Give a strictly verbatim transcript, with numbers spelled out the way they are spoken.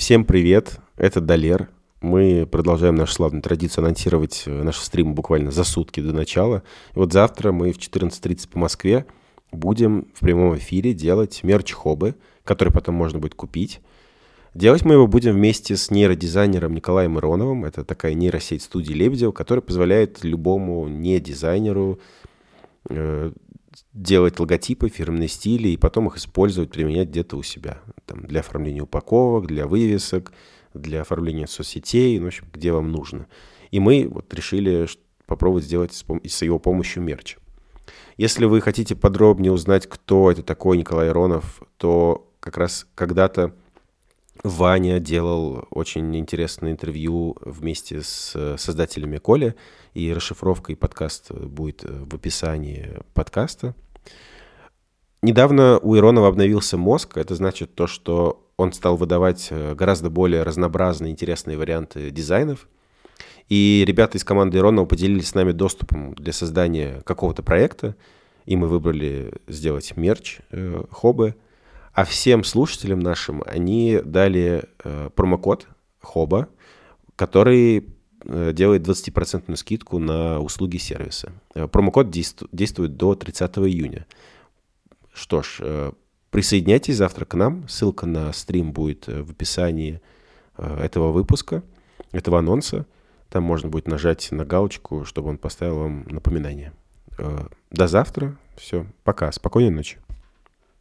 Всем привет, это Далер. Мы продолжаем нашу славную традицию анонсировать наши стримы буквально за сутки до начала. И вот завтра мы в четырнадцать тридцать по Москве будем в прямом эфире делать мерч-хоббы, который потом можно будет купить. Делать мы его будем вместе с нейродизайнером Николаем Ироновым. Это такая нейросеть студии Лебедева, которая позволяет любому не-дизайнеру э, делать логотипы, фирменные стили и потом их использовать, применять где-то у себя. Там, для оформления упаковок, для вывесок, для оформления соцсетей, ну, в общем, где вам нужно. И мы вот решили попробовать сделать с, пом- с его помощью мерч. Если вы хотите подробнее узнать, кто это такой Николай Иронов, то как раз когда-то Ваня делал очень интересное интервью вместе с создателями Коли, и расшифровка и подкаст будет в описании подкаста. Недавно у Иронова обновился мозг. Это значит то, что он стал выдавать гораздо более разнообразные, интересные варианты дизайнов. И ребята из команды Иронова поделились с нами доступом для создания какого-то проекта. И мы выбрали сделать мерч э, хоббы. А всем слушателям нашим они дали э, промокод хоба, который э, делает двадцать процентов скидку на услуги сервиса. Э, промокод действу- действует до тридцатого июня. Что ж, э, присоединяйтесь завтра к нам. Ссылка на стрим будет в описании э, этого выпуска, этого анонса. Там можно будет нажать на галочку, чтобы он поставил вам напоминание. Э, до завтра. Все. Пока. Спокойной ночи.